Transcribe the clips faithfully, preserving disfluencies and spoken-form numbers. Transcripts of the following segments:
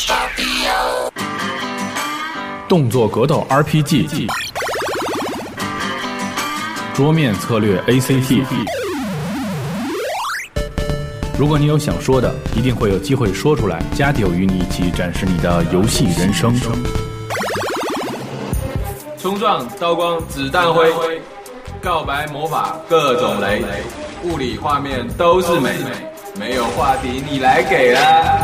动作格斗 R P G， 桌面策略 A C T。 如果你有想说的，一定会有机会说出来。加迪与你一起展示你的游戏人生。 冲撞、刀光、子弹灰，告白魔法各种雷，物理画面都是美，没有话题你来给啦。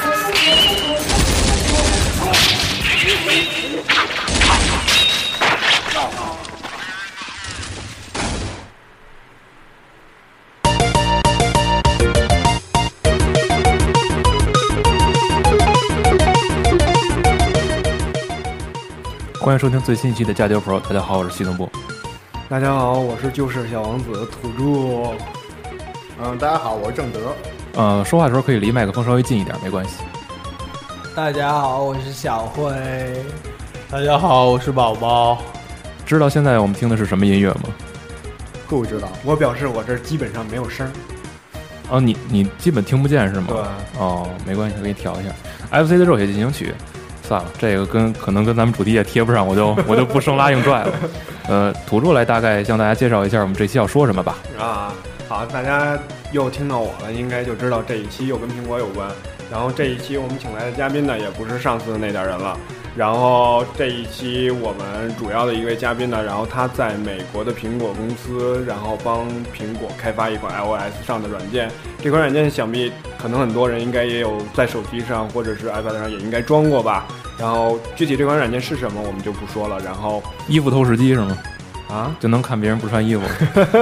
欢迎收听最新一期的加丢 Pro， 大家好，我是系统部。 大家好，我是旧式小王子土著。 嗯，大家好，我是正德。 呃，说话的时候可以离麦克风稍微近一点，没关系。 大家好，我是小慧。 大家好，我是宝宝。 知道现在我们听的是什么音乐吗？ 不知道。 我表示我这基本上没有声。 哦，你你基本听不见是吗？ 对。 哦，没关系，我给你调一下。F C 的热血进行曲。算了，这个跟可能跟咱们主题也贴不上，我就我就不生拉硬拽了。呃，土著来大概向大家介绍一下我们这期要说什么吧。 啊，好，大家又听到我了，应该就知道这一期又跟苹果有关。然后这一期我们请来的嘉宾呢，也不是上次的那点人了。然后这一期我们主要的一位嘉宾呢，然后他在美国的苹果公司，然后帮苹果开发一款 iOS 上的软件。这款软件想必可能很多人应该也有在手机上或者是 iPad 上也应该装过吧。然后具体这款软件是什么我们就不说了。然后衣服透视机是吗？ 啊， 就能看别人不穿衣服。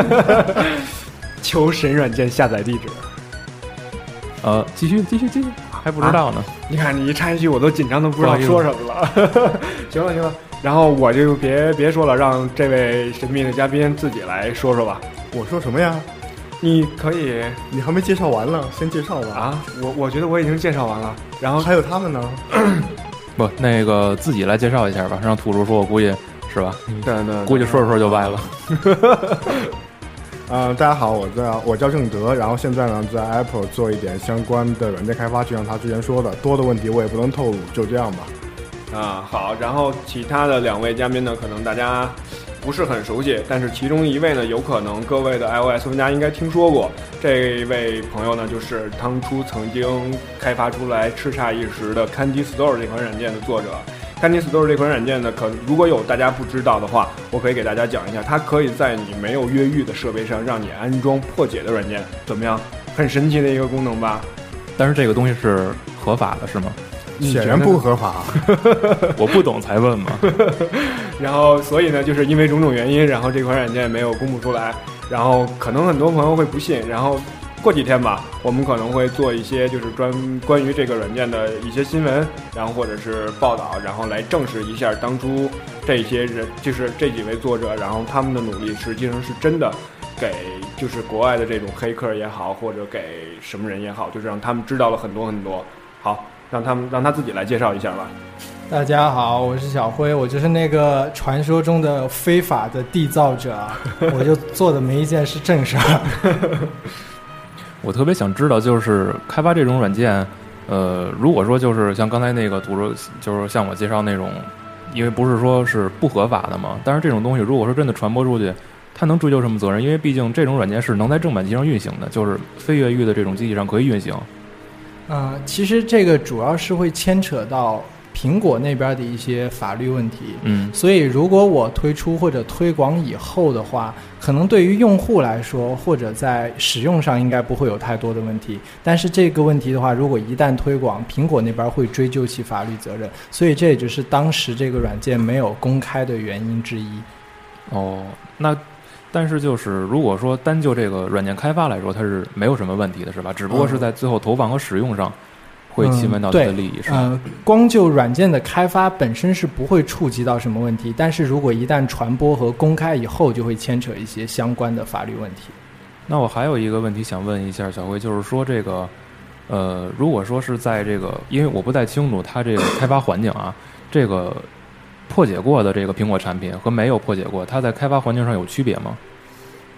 求神软件下载地址。 呃，继续继续继续，还不知道呢。 啊、你看你一插一句，我都紧张的不知道说什么了。行了行了，然后我就别别说了，让这位神秘的嘉宾自己来说说吧。 我说什么呀？ 你可以， 你还没介绍完呢，先介绍吧。 啊，我我觉得我已经介绍完了。然后还有他们呢。 不，那个自己来介绍一下吧，让土著说，我估计是吧？ 对对对， 估计说着说着就歪了。 呃，大家好，我叫我叫正德，然后现在呢在 Apple 做一点相关的软件开发，就像他之前说的，多的问题我也不能透露，就这样吧。 啊，好，然后其他的两位嘉宾呢，可能大家不是很熟悉，但是其中一位呢，有可能各位的 iOS 玩家应该听说过。这位朋友呢，就是当初曾经开发出来叱咤一时的 Candy Store 这款软件的作者。Candy Store 这款软件呢，可如果有大家不知道的话，我可以给大家讲一下，它可以在你没有越狱的设备上让你安装破解的软件，怎么样？很神奇的一个功能吧？ 但是这个东西是合法的，是吗？ 显然不合法。 我不懂才问嘛。 然后，所以呢，就是因为种种原因，然后这款软件没有公布出来。然后，可能很多朋友会不信。然后，过几天吧，我们可能会做一些就是专关于这个软件的一些新闻，然后或者是报道，然后来证实一下当初这些人，就是这几位作者，然后他们的努力实际上是真的给就是国外的这种黑客也好，或者给什么人也好，就是让他们知道了很多很多。好。让他们让他自己来介绍一下吧。 大家好，我是小辉，我就是那个传说中的非法的缔造者，我就做的每一件是正事儿。 我特别想知道，就是开发这种软件，呃，如果说就是像刚才那个土著，就是像我介绍那种，因为不是说是不合法的嘛，但是这种东西如果说真的传播出去，它能追究什么责任？因为毕竟这种软件是能在正版机上运行的，就是非越狱的这种机器上可以运行。 嗯、呃，其实这个主要是会牵扯到苹果那边的一些法律问题。 嗯， 所以如果我推出或者推广以后的话，可能对于用户来说，或者在使用上应该不会有太多的问题。但是这个问题的话，如果一旦推广，苹果那边会追究其法律责任。所以这也就是当时这个软件没有公开的原因之一。 哦，那。但是就是如果说单就这个软件开发来说，它是没有什么问题的，是吧？只不过是在最后投放和使用上会侵犯到它的利益， 嗯、 是吧？ 呃，光就软件的开发本身是不会触及到什么问题，但是如果一旦传播和公开以后，就会牵扯一些相关的法律问题。 那我还有一个问题想问一下小辉，就是说这个，呃，如果说是在这个，因为我不太清楚它这个开发环境啊，这个。破解过的这个苹果产品和没有破解过，它在开发环境上有区别吗？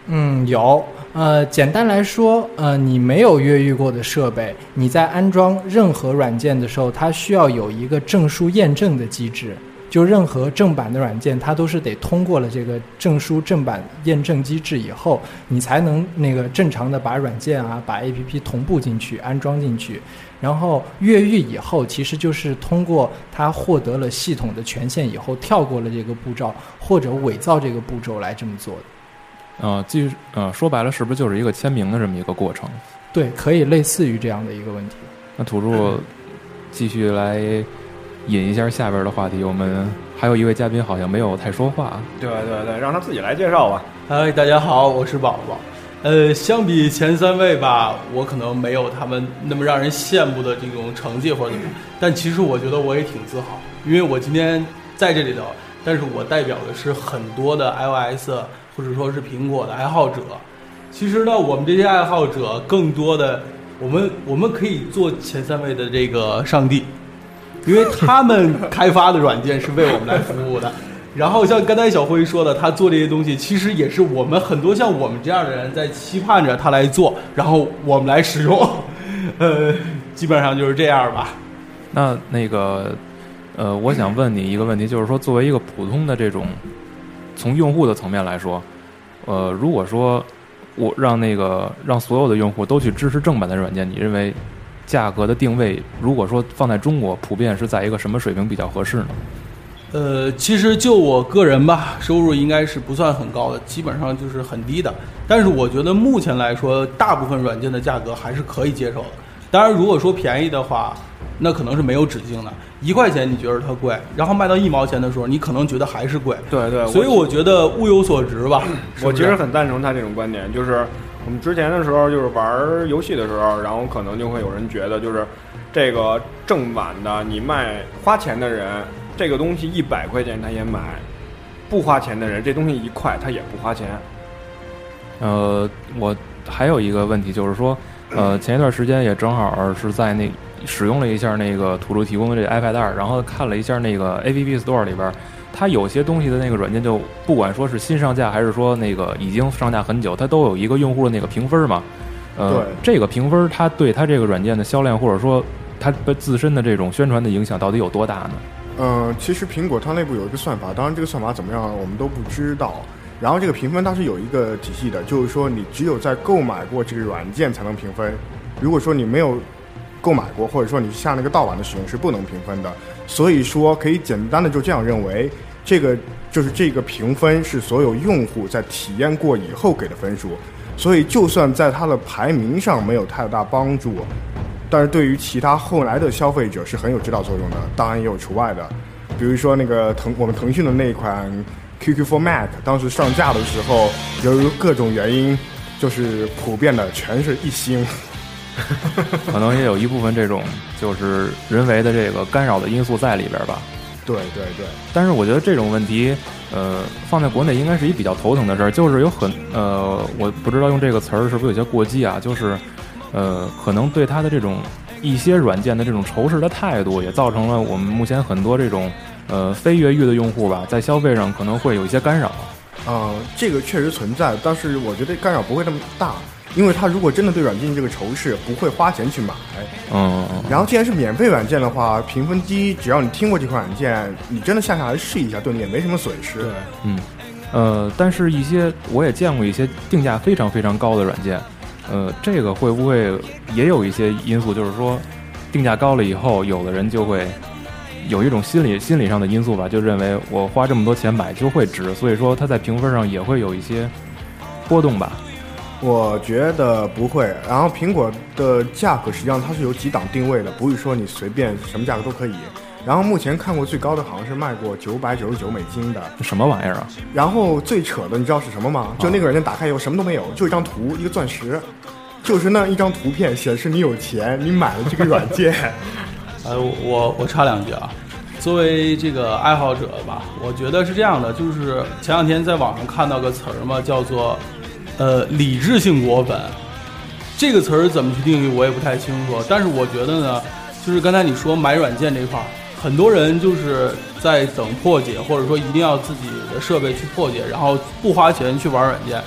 嗯，有。呃，简单来说，呃，你没有越狱过的设备，你在安装任何软件的时候，它需要有一个证书验证的机制。就任何正版的软件，它都是得通过了这个证书正版验证机制以后，你才能那个正常的把软件啊，把 A P P 同步进去，安装进去。然后越狱以后，其实就是通过它获得了系统的权限以后，跳过了这个步骤，或者伪造这个步骤来这么做的。 呃，继续呃，说白了，是不是就是一个签名的这么一个过程？ 对，可以类似于这样的一个问题。 那土著继续来引一下下边的话题，我们还有一位嘉宾好像没有太说话。 对对对，让他自己来介绍吧。 嗨，大家好，我是宝宝。呃，相比前三位吧，我可能没有他们那么让人羡慕的这种成绩或者怎么样，但其实我觉得我也挺自豪，因为我今天在这里头，但是我代表的是很多的 iOS 或者说是苹果的爱好者。其实呢，我们这些爱好者更多的，我们我们可以做前三位的这个上帝。因为他们开发的软件是为我们来服务的，然后像刚才小辉说的，他做这些东西其实也是我们很多像我们这样的人在期盼着他来做，然后我们来使用，呃，基本上就是这样吧。 那那个呃，我想问你一个问题，就是说作为一个普通的这种从用户的层面来说，呃，如果说我让那个让所有的用户都去支持正版的软件，你认为价格的定位，如果说放在中国，普遍是在一个什么水平比较合适呢？ 呃，其实就我个人吧，收入应该是不算很高的，基本上就是很低的。但是我觉得目前来说，大部分软件的价格还是可以接受的。当然，如果说便宜的话，那可能是没有止境的。一块钱你觉得它贵，然后卖到一毛钱的时候，你可能觉得还是贵。 对对， 所以我觉得物有所值吧。 我其实很赞成他这种观点，就是我们之前的时候就是玩游戏的时候，然后可能就会有人觉得，就是这个正版的你卖花钱的人，这个东西一百块钱他也买，不花钱的人这东西一块他也不花钱。 呃，我还有一个问题就是说，呃，前一段时间也正好是在那使用了一下那个土著提供的这个 iPad 二，然后看了一下那个 A P P Store 里边，它有些东西的那个软件，就不管说是新上架还是说那个已经上架很久，它都有一个用户的那个评分嘛。呃，这个评分它对它这个软件的销量或者说它自身的这种宣传的影响到底有多大呢？ 嗯，其实苹果它内部有一个算法，当然这个算法怎么样我们都不知道。然后这个评分它是有一个体系的，就是说你只有在购买过这个软件才能评分。如果说你没有购买过，或者说你下那个盗版的使用是不能评分的。所以说可以简单的就这样认为，这个就是这个评分是所有用户在体验过以后给的分数。所以就算在它的排名上没有太大帮助，但是对于其他后来的消费者是很有指导作用的，当然也有除外的。比如说那个腾我们腾讯的那款 Q Q for Mac， 当时上架的时候，由于各种原因，就是普遍的全是一星。 可能也有一部分这种就是人为的这个干扰的因素在里边吧。 对对对， 但是我觉得这种问题，呃，放在国内应该是一比较头疼的事儿，就是有很呃，我不知道用这个词儿是不是有些过激啊，就是呃，可能对它的这种一些软件的这种仇视的态度，也造成了我们目前很多这种呃非越狱的用户吧，在消费上可能会有一些干扰。 呃，这个确实存在，但是我觉得干扰不会那么大。因为他如果真的对软件这个仇视，不会花钱去买。 嗯， 然后既然是免费软件的话，评分低，只要你听过这款软件，你真的下下来试一下，对你也没什么损失。 对，嗯，呃，但是一些我也见过一些定价非常非常高的软件，呃，这个会不会也有一些因素，就是说定价高了以后，有的人就会有一种心理心理上的因素吧，就认为我花这么多钱买就会值，所以说它在评分上也会有一些波动吧。 我觉得不会，然后苹果的价格实际上它是有几档定位的，不是说你随便什么价格都可以。然后目前看过最高的好像是卖过九百九十九美金的， 什么玩意儿啊？ 然后最扯的你知道是什么吗？就那个软件打开以后什么都没有，就一张图，一个钻石，就是那一张图片显示你有钱，你买了这个软件。 呃，我我插两句啊，作为这个爱好者吧，我觉得是这样的，就是前两天在网上看到个词儿嘛，叫做呃，理智性果粉，这个词儿怎么去定义我也不太清楚，但是我觉得呢，就是刚才你说买软件这块儿，很多人就是在等破解，或者说一定要自己的设备去破解，然后不花钱去玩软件。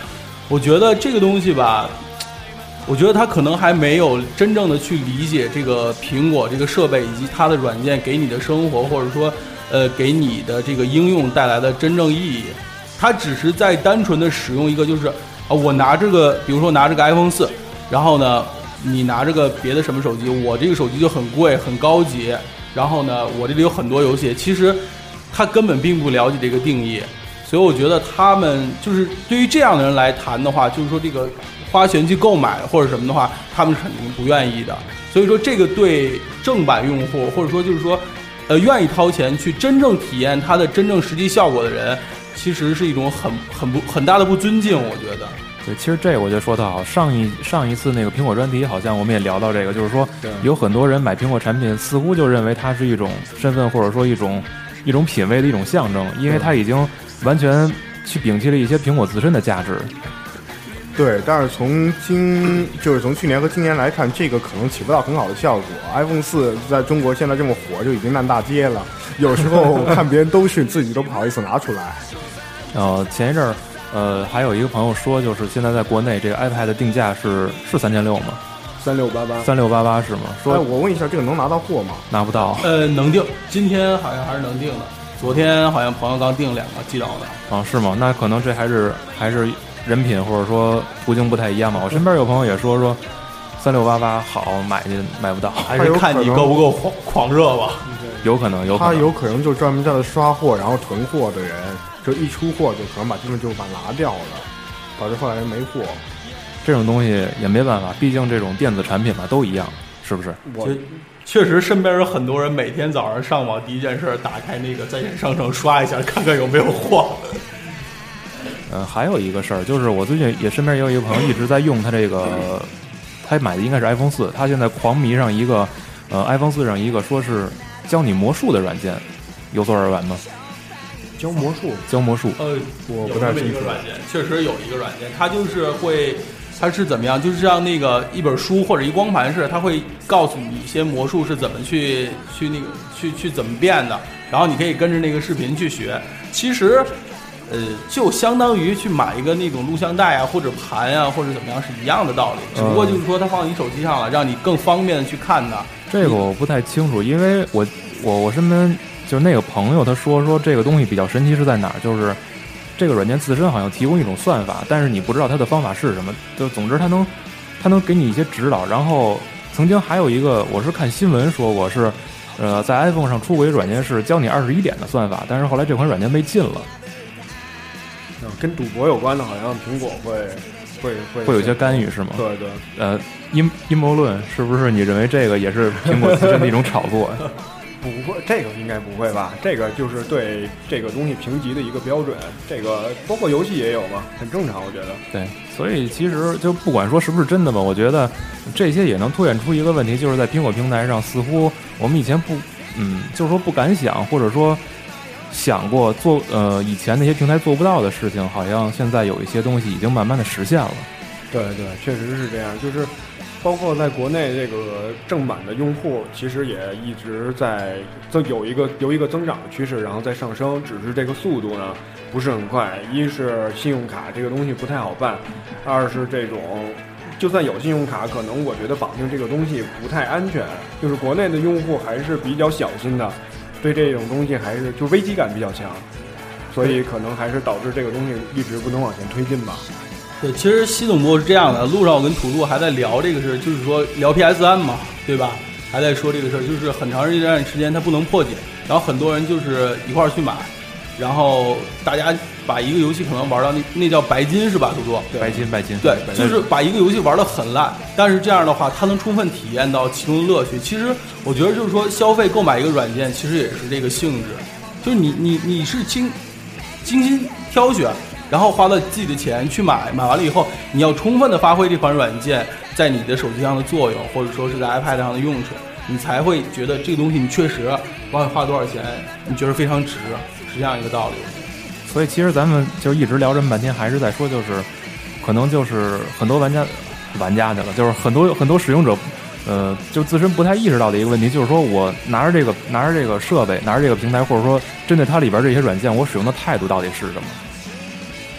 我觉得这个东西吧，我觉得他可能还没有真正的去理解这个苹果这个设备以及它的软件给你的生活，或者说呃给你的这个应用带来的真正意义。他只是在单纯的使用一个就是啊，我拿这个，比如说拿这个 iPhone 四，然后呢，你拿这个别的什么手机，我这个手机就很贵很高级，然后呢，我这里有很多游戏，其实他根本并不了解这个定义。所以我觉得他们就是对于这样的人来谈的话，就是说这个花钱去购买或者什么的话，他们是肯定不愿意的。所以说这个对正版用户，或者说就是说呃愿意掏钱去真正体验它的真正实际效果的人，其实是一种很很不很大的不尊敬，我觉得。 对，其实这个我觉得说得好。上一上一次那个苹果专题，好像我们也聊到这个，就是说有很多人买苹果产品，似乎就认为它是一种身份，或者说一种一种品味的一种象征，因为它已经完全去摒弃了一些苹果自身的价值。 对，但是从今就是从去年和今年来看，这个可能起不到很好的效果。iPhone 四在中国现在这么火，就已经烂大街了。有时候看别人都是，自己都不好意思拿出来。 呃，前一阵儿，呃，还有一个朋友说，就是现在在国内这个 iPad 的定价是是三千六吗？ 三六八八， 三六八八是吗？说， 哎，我问一下，这个能拿到货吗？ 拿不到。 呃，能定，今天好像还是能定的。昨天好像朋友刚订两个寄到的。 啊，是吗？那可能这还是还是人品或者说途径不太一样吧。我身边有朋友也说说三六八八好买去买不到， 还是看你够不够狂狂热吧。 有可能，有可能， 他有可能就专门在那刷货，然后囤货的人，就一出货就可能把这个就把拿掉了，导致后来人没货。 这种东西也没办法，毕竟这种电子产品嘛都一样，是不是？ 我确实身边有很多人每天早上上网第一件事打开那个在线商城刷一下，看看有没有货。 呃，还有一个事儿，就是我最近也身边也有一个朋友一直在用他这个，他买的应该是 iPhone 四，他现在狂迷上一个，呃 ，iPhone 四上一个说是教你魔术的软件，有所耳闻吗？ 教魔术？ 教魔术？ 呃， 我不太清楚。 有一个软件，确实有一个软件，它就是会，它是怎么样？就是像那个一本书或者一光盘似的，它会告诉你一些魔术是怎么去去那个去去怎么变的，然后你可以跟着那个视频去学。其实。呃，就相当于去买一个那种录像带啊，或者盘啊，或者怎么样是一样的道理，只不过就是说它放你手机上了，让你更方便的去看它。 这个我不太清楚，因为我我我身边就是那个朋友他说说这个东西比较神奇是在哪儿，就是这个软件自身好像提供一种算法，但是你不知道它的方法是什么。就总之它能它能给你一些指导。然后曾经还有一个我是看新闻说过是，呃，在 iPhone 上出过一个软件是教你二十一点的算法，但是后来这款软件被禁了。 跟赌博有关的，好像苹果会会会会有一些干预是吗？ 对对， 呃，阴阴谋论是不是？你认为这个也是苹果自身的一种炒作？ 不会，这个应该不会吧？这个就是对这个东西评级的一个标准，这个包括游戏也有嘛，很正常，我觉得。 对，所以其实就不管说是不是真的吧，我觉得这些也能凸显出一个问题，就是在苹果平台上，似乎我们以前不，嗯，就是说不敢想，或者说。想过做呃以前那些平台做不到的事情，好像现在有一些东西已经慢慢的实现了。 对对，确实是这样。就是包括在国内这个正版的用户，其实也一直在增有一个有一个增长的趋势，然后在上升。只是这个速度呢不是很快。一是信用卡这个东西不太好办，二是这种就算有信用卡，可能我觉得绑定这个东西不太安全。就是国内的用户还是比较小心的。对这种东西还是就危机感比较强，所以可能还是导致这个东西一直不能往前推进吧。 对，其实西总部是这样的，路上我跟土路还在聊这个事，就是说聊 P S 三嘛，对吧？还在说这个事儿，就是很长一段时间它不能破解，然后很多人就是一块儿去买，然后大家把一个游戏可能玩到那那叫白金是吧，土路？ 白金白金。 对，就是把一个游戏玩得很烂，但是这样的话，它能充分体验到其中的乐趣。其实我觉得就是说，消费购买一个软件，其实也是这个性质，就是你你你是精精心挑选，然后花了自己的钱去买，买完了以后，你要充分的发挥这款软件在你的手机上的作用，或者说是在 iPad 上的用处，你才会觉得这个东西你确实不管花多少钱，你觉得非常值，是这样一个道理。 所以其实咱们就一直聊这么半天，还是在说，就是可能就是很多玩家玩家去了，就是很多很多使用者，呃，就自身不太意识到的一个问题，就是说我拿着这个拿着这个设备，拿着这个平台，或者说针对它里边这些软件，我使用的态度到底是什么？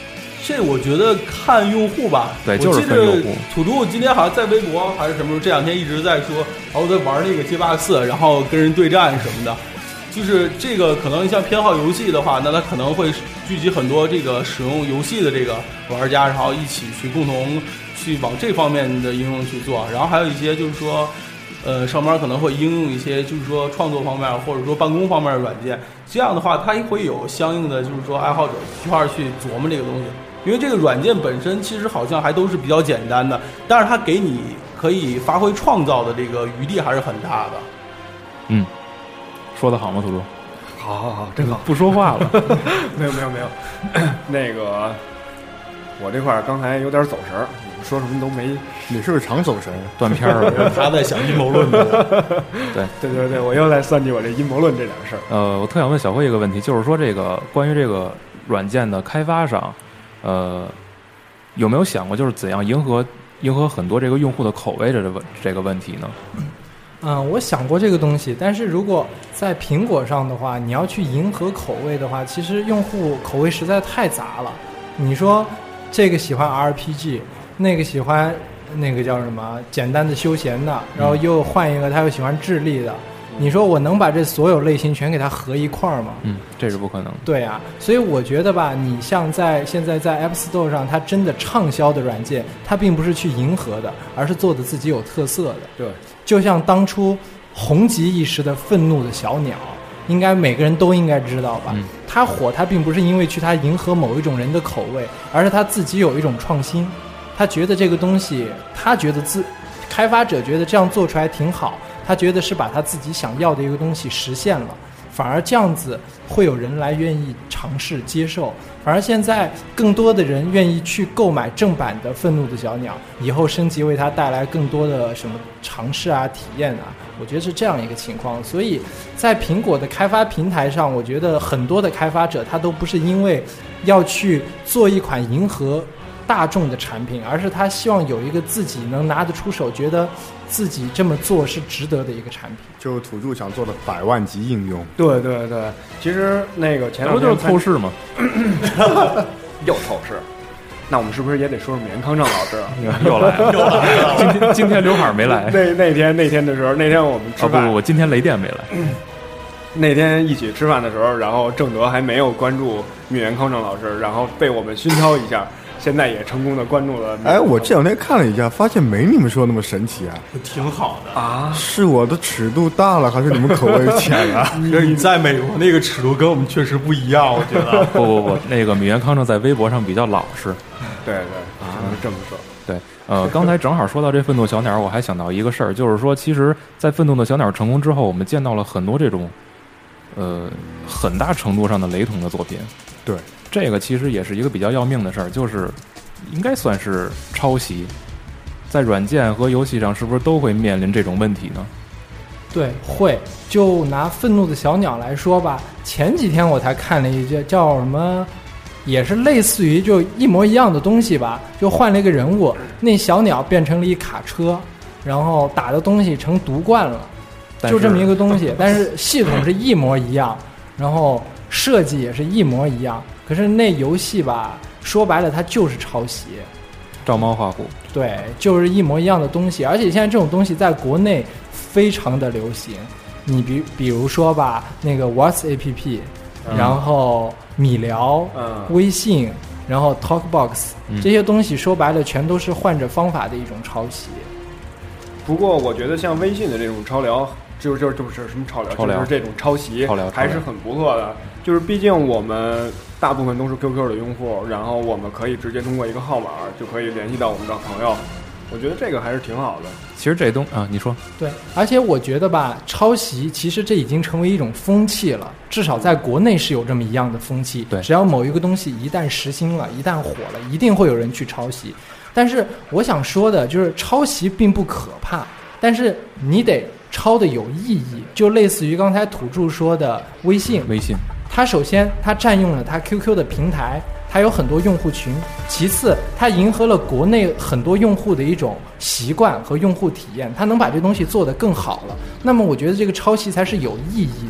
这我觉得看用户吧， 对，就是看用户。 土著今天好像在微博还是什么时候，这两天一直在说，然后在玩那个街霸四，然后跟人对战什么的。就是这个可能像偏好游戏的话，那他可能会聚集很多这个使用游戏的这个玩家，然后一起去共同去往这方面的应用去做。然后还有一些就是说，呃，上班可能会应用一些就是说创作方面或者说办公方面的软件。这样的话，它会有相应的就是说爱好者一块儿去琢磨这个东西。因为这个软件本身其实好像还都是比较简单的，但是它给你可以发挥创造的这个余地还是很大的。 嗯。说得好吗，图图？ 好好好，真好。 不说话了。 没有没有没有，那个我这块儿刚才有点走神儿，你们说什么都没。 你是不是常走神？ 断片了。 他在想阴谋论呢。 对对对对，我又在算计我这阴谋论这点事儿。 呃，我特想问小辉一个问题，就是说这个关于这个软件的开发上，呃，有没有想过就是怎样迎合迎合很多这个用户的口味这个问这个问题呢？ 嗯，我想过这个东西，但是如果在苹果上的话，你要去迎合口味的话，其实用户口味实在太杂了。你说这个喜欢 R P G， 那个喜欢那个叫什么简单的休闲的，然后又换一个他又喜欢智力的，你说我能把这所有类型全给它合一块儿吗？ 嗯，这是不可能。 对啊，所以我觉得吧，你像在现在在 App Store 上，它真的畅销的软件，它并不是去迎合的，而是做的自己有特色的。 对， 就像当初红极一时的愤怒的小鸟，应该每个人都应该知道吧？ 嗯， 它火，它并不是因为去它迎合某一种人的口味，而是它自己有一种创新，他觉得这个东西，他觉得自开发者觉得这样做出来挺好。他觉得是把他自己想要的一个东西实现了，反而这样子会有人来愿意尝试接受，反而现在更多的人愿意去购买正版的愤怒的小鸟，以后升级为他带来更多的什么尝试啊体验啊，我觉得是这样一个情况。所以在苹果的开发平台上，我觉得很多的开发者他都不是因为要去做一款迎合大众的产品，而是他希望有一个自己能拿得出手，觉得自己这么做是值得的一个产品。 就土著想做的百万级应用。 对对对，其实那个前两天不就是透视吗？ 又透视。那我们是不是也得说说米原康正老师？ 又来了，又来了。今天今天刘海没来。 那那天那天的时候，那天我们吃饭， 啊、不，我今天雷电没来。 嗯那天一起吃饭的时候，然后正德还没有关注米原康正老师，然后被我们熏陶一下，现在也成功的关注了。 哎，我这两天看了一下，发现没你们说那么神奇啊， 挺好的啊。 是我的尺度大了，还是你们口味浅了？ 你在美国那个尺度跟我们确实不一样，我觉得。 不不不，那个米原康正在微博上比较老实。 对对啊，这么说。 对，呃，刚才正好说到这愤怒小鸟，我还想到一个事儿，就是说，其实，在愤怒的小鸟成功之后，我们见到了很多这种。呃，很大程度上的雷同的作品， 对， 这个其实也是一个比较要命的事儿，就是应该算是抄袭，在软件和游戏上是不是都会面临这种问题呢？ 对，会。就拿愤怒的小鸟来说吧，前几天我才看了一句叫什么，也是类似于就一模一样的东西吧，就换了一个人物，那小鸟变成了一卡车，然后打的东西成毒罐了。就这么一个东西，但是系统是一模一样，然后设计也是一模一样，可是那游戏吧，说白了它就是抄袭， 照猫画虎。对， 就是一模一样的东西，而且现在这种东西在国内非常的流行。你比比如说吧，那个 What's A P P，、嗯、然后米聊、嗯、微信，然后 TalkBox、嗯、这些东西说白了全都是换着方法的一种抄袭。 不过我觉得像微信的这种超聊。就就就是什么超聊， 超聊就是这种抄袭，还是很不错的。就是毕竟我们大部分都是 Q Q 的用户，然后我们可以直接通过一个号码就可以联系到我们的朋友。我觉得这个还是挺好的。 其实这东啊，你说对，而且我觉得吧，抄袭其实这已经成为一种风气了，至少在国内是有这么一样的风气。 对， 只要某一个东西一旦实行了，一旦火了，一定会有人去抄袭。但是我想说的就是，抄袭并不可怕，但是你得。抄的有意义，就类似于刚才土著说的微信。 微信， 它首先它占用了它 Q Q 的平台，它有很多用户群；其次，它迎合了国内很多用户的一种习惯和用户体验，它能把这东西做得更好了。那么，我觉得这个抄袭才是有意义的。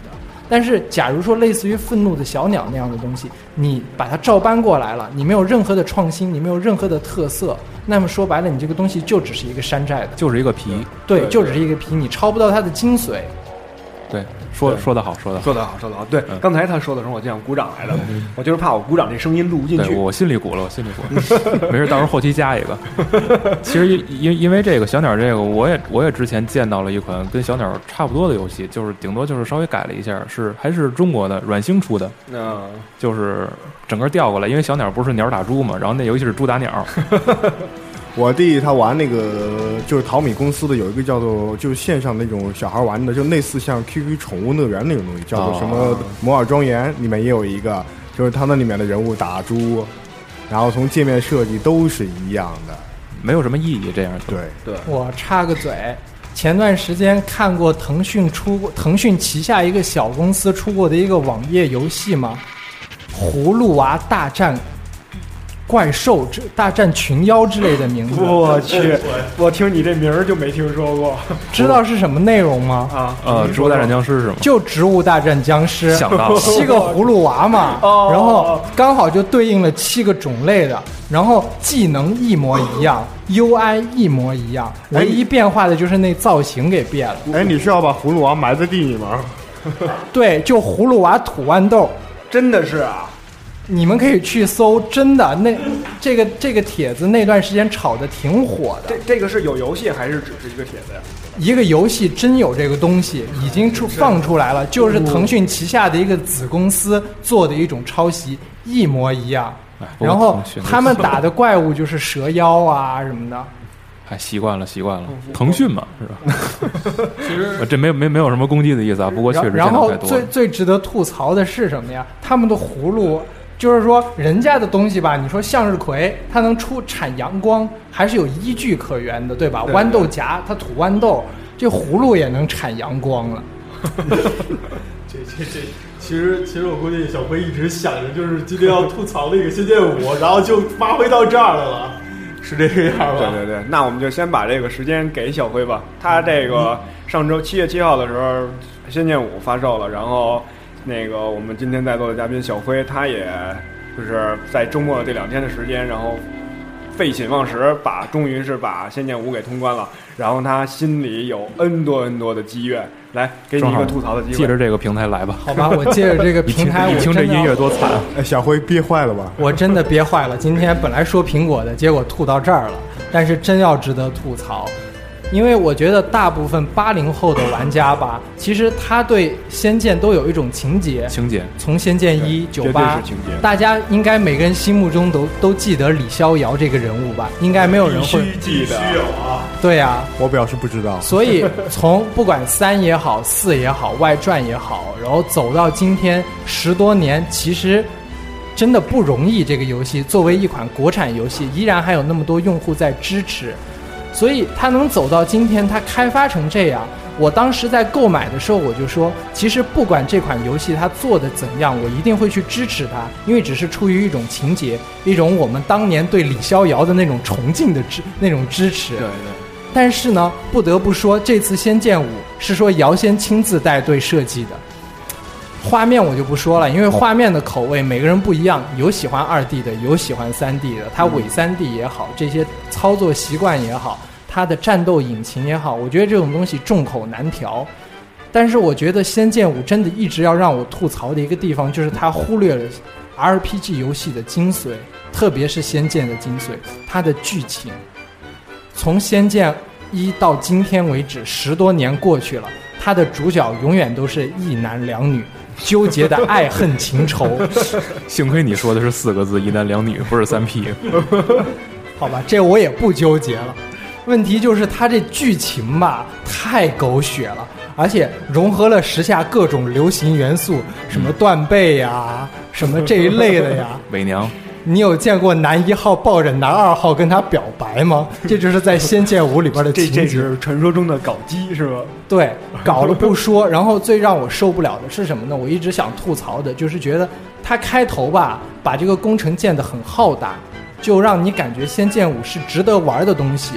但是假如说类似于愤怒的小鸟那样的东西，你把它照搬过来了，你没有任何的创新，你没有任何的特色，那么说白了，你这个东西就只是一个山寨的， 就是一个皮。 对， 对就只是一个皮，你抄不到它的精髓。 对，说说得好，说得好， 说得好，说得好。对，刚才他说的时候，我就想鼓掌来了，我就是怕我鼓掌这声音录不进去。 对，我心里鼓了，我心里鼓了。没事，到时候后期加一个。其实因因因为这个小鸟这个，我也我也之前见到了一款跟小鸟差不多的游戏，就是顶多就是稍微改了一下，是还是中国的软星出的， 嗯， 就是整个调过来，因为小鸟不是鸟打猪嘛，然后那游戏是猪打鸟。 我弟他玩那个就是淘米公司的有一个叫做就是线上那种小孩玩的，就类似像 Q Q 宠物乐园那种东西，叫做什么摩尔庄园，里面也有一个，就是他那里面的人物打猪，然后从界面设计都是一样的， 没有什么意义。这样对对。 我插个嘴，前段时间看过腾讯出过腾讯旗下一个小公司出过的一个网页游戏吗？葫芦娃大战怪兽之大战群妖之类的名字， 我去，我听你这名儿就没听说过。 知道是什么内容吗？ 啊， 呃，植物大战僵尸是吗？ 就植物大战僵尸， 想到了七个葫芦娃嘛， 哦然后刚好就对应了七个种类的，然后技能一模一样 ，U I 一模一样，唯一变化的就是那造型给变了。 哎，你是要把葫芦娃埋在地里吗？ 对，就葫芦娃土豌豆。 真的是啊， 你们可以去搜，真的那这个这个帖子那段时间炒的挺火的。 这这个是有游戏还是只是一个帖子呀？ 一个游戏真有这个东西，已经出放出来了，就是腾讯旗下的一个子公司做的一种抄袭，一模一样。然后他们打的怪物就是蛇妖啊什么的。 还习惯了，习惯了。腾讯嘛，是吧？ 其实这没没没有什么攻击的意思啊，不过确实见然后到太多了。 最最值得吐槽的是什么呀？他们的葫芦，就是说人家的东西吧，你说向日葵，它能出产阳光，还是有依据可言的，对吧？ 对豌豆荚它吐豌豆，这葫芦也能产阳光了。 这这这，其实其实我估计小辉一直想着就是今天要吐槽那个《仙剑五》，然后就发挥到这儿来了，是这个样吧？ 对对对，那我们就先把这个时间给小辉吧。他这个上周七月七号的时候，《仙剑五》发售了，然后那个我们今天在座的嘉宾小辉，他也就是在周末这两天的时间，然后废寝忘食，把终于是把《仙剑五》给通关了。然后他心里有 N 多 N 多的积怨，来给你一个吐槽的机会。 借着这个平台来吧。 好吧，我借着这个平台， 你听这音乐多惨。 哎，小辉憋坏了吧？ 我真的憋坏了。今天本来说苹果的，结果吐到这儿了。但是真要值得吐槽，因为我觉得大部分八零后的玩家吧，其实他对《仙剑》都有一种情节， 情节从《仙剑一》九八，大家应该每个人心目中都都记得李逍遥这个人物吧？应该没有人会记得啊。 对呀、啊， 我表示不知道。 所以从不管三也好，四也好，外传也好，然后走到今天十多年，其实真的不容易。这个游戏作为一款国产游戏，依然还有那么多用户在支持。所以它能走到今天，它开发成这样，我当时在购买的时候我就说，其实不管这款游戏它做的怎样，我一定会去支持它，因为只是出于一种情节，一种我们当年对李逍遥的那种崇敬的支那种支持。 对对。 但是呢，不得不说，这次《仙剑五》是说姚先亲自带队设计的。画面我就不说了，因为画面的口味每个人不一样，有喜欢二 D 的，有喜欢三 D 的，它伪三 D 也好，这些操作习惯也好，它的战斗引擎也好，我觉得这种东西众口难调。但是我觉得《仙剑五》真的一直要让我吐槽的一个地方，就是它忽略了 R P G 游戏的精髓，特别是《仙剑》的精髓，它的剧情。从《仙剑一》到今天为止，十多年过去了，它的主角永远都是一男两女，纠结的爱恨情仇。 幸亏你说的是四个字，一男两女，不是三 P。 好吧，这我也不纠结了。问题就是它这剧情吧，太狗血了，而且融合了时下各种流行元素，什么断背呀，什么这一类的呀。 伪娘。 你有见过男一号抱着男二号跟他表白吗？这就是在《仙剑五》里边的情节。 这这是传说中的搞基是吧？ 对，搞了不说，然后最让我受不了的是什么呢？我一直想吐槽的就是觉得他开头吧，把这个工程建得很浩大，就让你感觉《仙剑五》是值得玩的东西。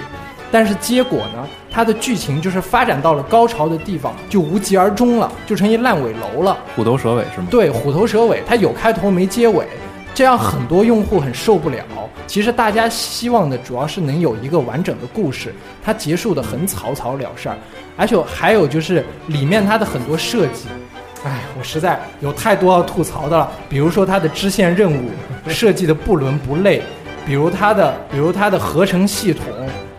但是结果呢，它的剧情就是发展到了高潮的地方就无疾而终了，就成一烂尾楼了， 虎头蛇尾是吗？ 对，虎头蛇尾，它有开头没结尾，这样很多用户很受不了。其实大家希望的主要是能有一个完整的故事，它结束的很草草了事儿，而且还有就是里面它的很多设计，哎，我实在有太多要吐槽的了。比如说它的支线任务设计的不伦不类，比如它的比如它的合成系统，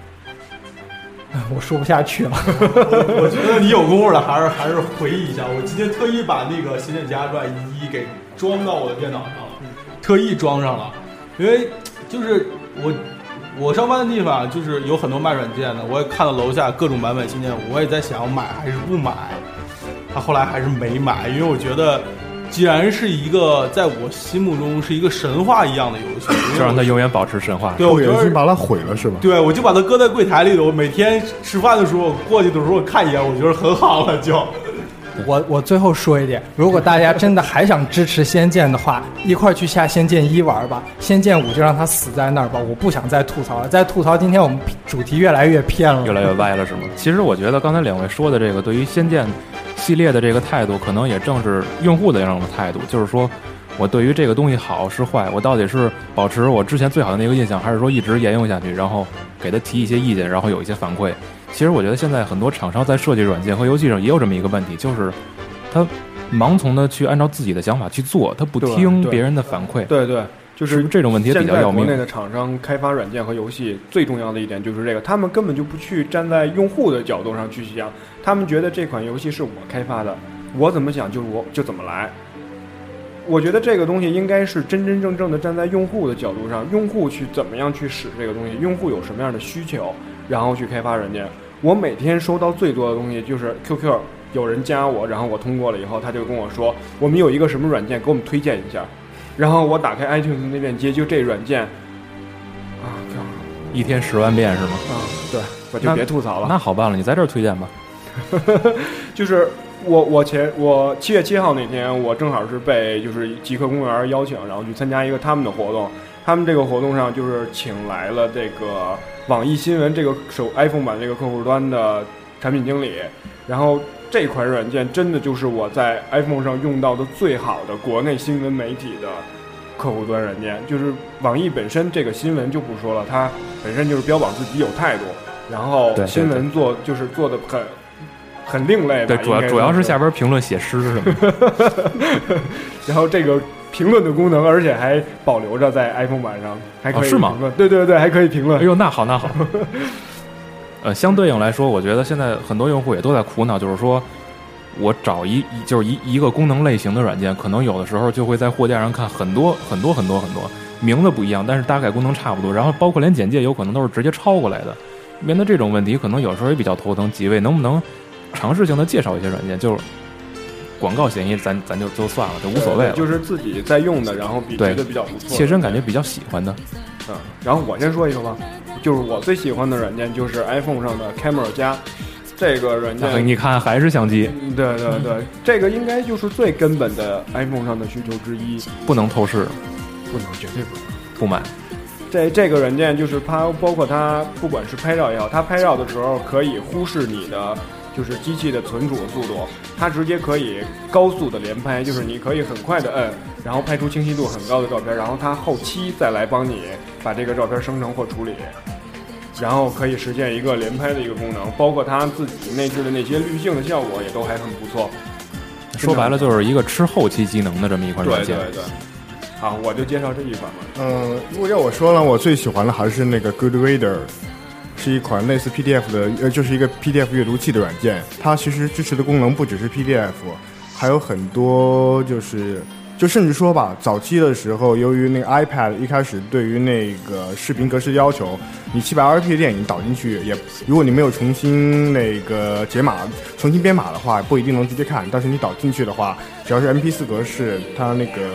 我说不下去了。 我觉得你有功夫了，还是还是回忆一下。我今天特意把那个《仙剑奇侠传一》给装到我的电脑上了，特意装上了，因为就是我我上班的地方就是有很多卖软件的，我也看到楼下各种版本仙剑，我也在想买还是不买。他后来还是没买，因为我觉得既然是一个在我心目中是一个神话一样的游戏， 就让它永远保持神话。 对，我已经把它毁了是吧？ 对，我就把它搁在柜台里头，我每天吃饭的时候我过去的时候我看一眼，我觉得很好了就。 我我最后说一点，如果大家真的还想支持仙剑的话，一块去下仙剑一玩吧，仙剑五就让它死在那儿吧，我不想再吐槽了，再吐槽今天我们主题越来越偏了， 越来越歪了是吗？其实我觉得刚才两位说的这个对于仙剑系列的这个态度，可能也正是用户的这种态度，就是说我对于这个东西好是坏，我到底是保持我之前最好的那个印象，还是说一直沿用下去，然后给他提一些意见，然后有一些反馈。其实我觉得现在很多厂商在设计软件和游戏上也有这么一个问题，就是他盲从的去按照自己的想法去做，他不听别人的反馈。 对 对, 对，就是这种问题也比较要命。 现在国内的厂商开发软件和游戏最重要的一点就是这个，他们根本就不去站在用户的角度上去想，他们觉得这款游戏是我开发的，我怎么想就我就怎么来。我觉得这个东西应该是真真正正的站在用户的角度上，用户去怎么样去使这个东西，用户有什么样的需求，然后去开发软件。我每天收到最多的东西就是 Q Q 有人加我，然后我通过了以后，他就跟我说我们有一个什么软件，给我们推荐一下。然后我打开 iTunes 那链接，就这软件啊， 一天十万遍是吗？ 啊，对，我就别吐槽了。 那, 那好办了，你在这儿推荐吧。 就是我我前我七月七号那天，我正好是被就是极客公园邀请，然后去参加一个他们的活动。他们这个活动上就是请来了这个网易新闻这个手 iPhone 版这个客户端的产品经理，然后这款软件真的就是我在 iPhone 上用到的最好的国内新闻媒体的客户端软件。就是网易本身这个新闻就不说了，它本身就是标榜自己有态度，然后新闻做就是做的很很另类的。 对，主要主要是下边评论写诗是吗？ 然后这个评论的功能，而且还保留着在 iPhone 版上，还可以评论。 哦、是吗？ 对对对，还可以评论。 哎呦，那好那好。呃，相对应来说，我觉得现在很多用户也都在苦恼，就是说我找一就是一一个功能类型的软件，可能有的时候就会在货架上看很多很多很多很多，名字不一样，但是大概功能差不多，然后包括连简介有可能都是直接抄过来的。面对这种问题，可能有时候也比较头疼。几位能不能尝试性的介绍一些软件？就是广告嫌疑，咱咱就就算了，就无所谓了。 就是自己在用的，然后比觉得比较不错， 切身感觉比较喜欢的。 嗯，然后我先说一个吧，就是我最喜欢的软件就是 iPhone 上的 Camera 加这个软件。 你看还是相机？ 对对对，这个应该就是最根本的 iPhone 上的需求之一。 不能透视， 不能，绝对不能， 不买。 这这个软件就是它，包括它不管是拍照也好，它拍照的时候可以忽视你的就是机器的存储速度，它直接可以高速的连拍，就是你可以很快的摁，然后拍出清晰度很高的照片，然后它后期再来帮你把这个照片生成或处理，然后可以实现一个连拍的一个功能，包括它自己内置的那些滤镜的效果也都还很不错。 说白了就是一个吃后期机能的这么一款软件。 对对对。好，我就介绍这一款吧。 嗯，如果要我说呢，我最喜欢的还是那个 Good Reader， 是一款类似 P D F 的，呃，就是一个 P D F 阅读器的软件。它其实支持的功能不只是 P D F， 还有很多，就是就甚至说吧，早期的时候，由于那个 iPad 一开始对于那个视频格式要求，你 七百二十 P 的电影导进去，也如果你没有重新那个解码、重新编码的话，不一定能直接看。但是你导进去的话，只要是 M P 四 格式，它那个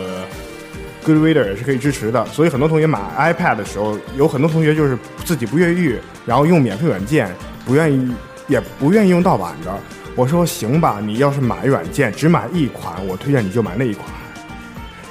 Good Reader 也是可以支持的，所以很多同学买 iPad 的时候，有很多同学就是自己不越狱，然后用免费软件，不愿意也不愿意用盗版的。我说行吧，你要是买软件只买一款，我推荐你就买那一款。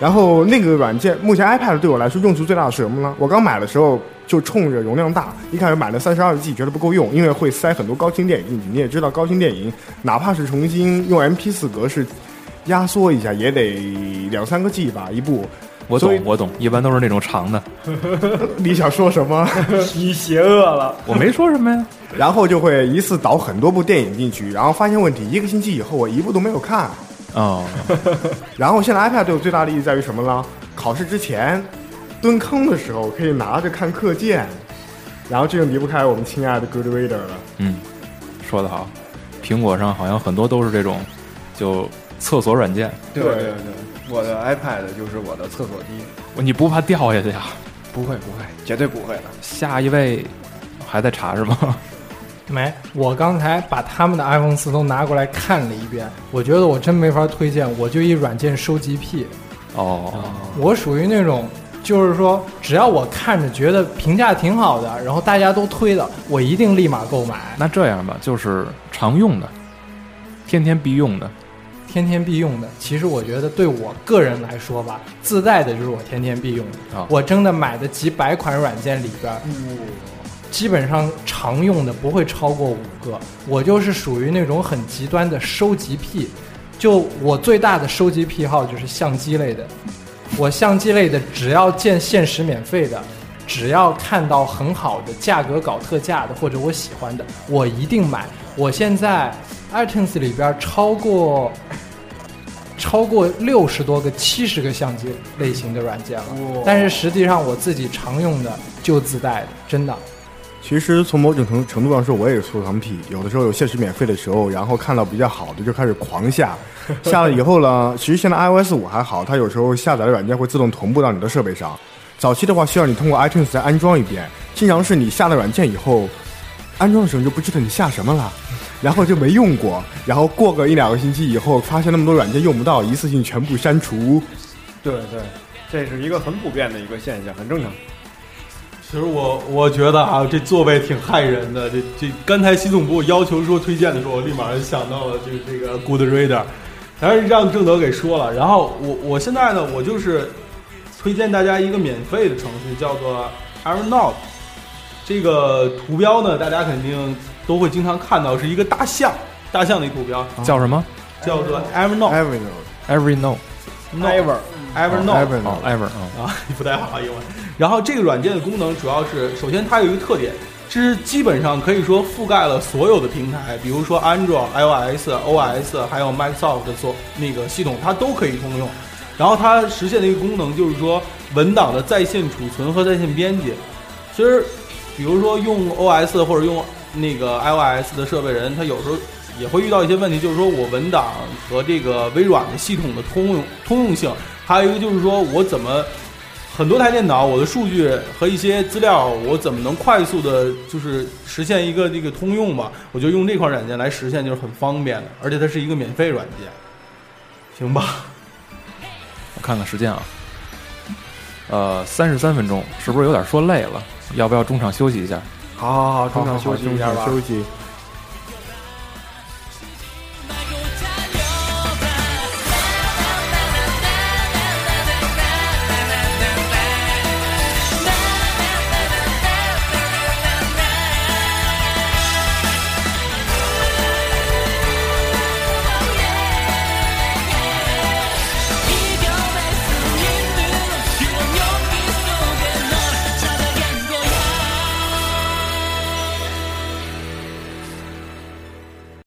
然后那个软件，目前 iPad 对我来说用处最大的是什么呢？我刚买的时候就冲着容量大，一开始买了三十二 G， 觉得不够用，因为会塞很多高清电影进去。你也知道，高清电影哪怕是重新用 M P 四 格式压缩一下，也得两三个 G 吧一部。 我懂，我懂，一般都是那种长的。 你想说什么？ 你邪恶了， 我没说什么呀。 然后就会一次导很多部电影进去，然后发现问题，一个星期以后我一部都没有看。 哦， 然后现在 iPad 对我最大的意义在于什么呢？考试之前蹲坑的时候可以拿着看课件，然后这就离不开我们亲爱的 Good Reader 了。 嗯，说得好，苹果上好像很多都是这种就厕所软件。 对对对，我的 iPad 就是我的厕所机。 你不怕掉下去呀？ 不会不会，绝对不会的。 下一位还在查是吗？ 没，我刚才把他们的 iPhone 四都拿过来看了一遍，我觉得我真没法推荐，我就一软件收集癖。 哦， 我属于那种，就是说，只要我看着觉得评价挺好的，然后大家都推的，我一定立马购买。 那这样吧，就是常用的，天天必用的。 天天必用的，其实我觉得对我个人来说吧，自带的就是我天天必用的。 哦、 我真的买的几百款软件里边。嗯基本上常用的不会超过五个，我就是属于那种很极端的收集癖。就我最大的收集癖好就是相机类的，我相机类的只要见限时免费的，只要看到很好的价格搞特价的或者我喜欢的，我一定买。我现在 iTunes 里边超过超过六十多个、七十个相机类型的软件了，但是实际上我自己常用的就自带的，真的。 其实从某种程程度上说，我也是收藏癖。有的时候有限时免费的时候，然后看到比较好的就开始狂下，下了以后呢，其实现在 iOS 五还好，它有时候下载的软件会自动同步到你的设备上。早期的话需要你通过 iTunes 再安装一遍，经常是你下了软件以后，安装的时候你就不知道你下什么了，然后就没用过，然后过个一两个星期以后，发现那么多软件用不到，一次性全部删除。 对对，这是一个很普遍的一个现象，很正常。 其实我我觉得啊，这座位挺害人的。这这刚才习总部要求说推荐的时候，我立马就想到了就是这个 Good Reader， 但是让郑德给说了。然后我我现在呢，我就是推荐大家一个免费的程序，叫做 Evernote。这个图标呢，大家肯定都会经常看到，是一个大象，大象的一图标， 叫什么？ 叫做 Evernote。 Evernote Ever Evernote 哦 Ever 啊，不太好英文。然后这个软件的功能主要是，首先它有一个特点，是基本上可以说覆盖了所有的平台，比如说 Android、iOS、O S 还有 Microsoft 的所那个系统，它都可以通用。然后它实现的一个功能就是说文档的在线储存和在线编辑。其实，比如说用 O S 或者用那个 iOS 的设备人，他有时候也会遇到一些问题，就是说我文档和这个微软的系统的通用通用性，还有一个就是说我怎么很多台电脑我的数据和一些资料我怎么能快速的就是实现一个这个通用吧，我就用这款软件来实现，就是很方便的，而且它是一个免费软件，行吧？ 我看看时间啊，呃，三十三分钟，是不是有点说累了？要不要中场休息一下？ 好好好，中场休息一下吧。 休息。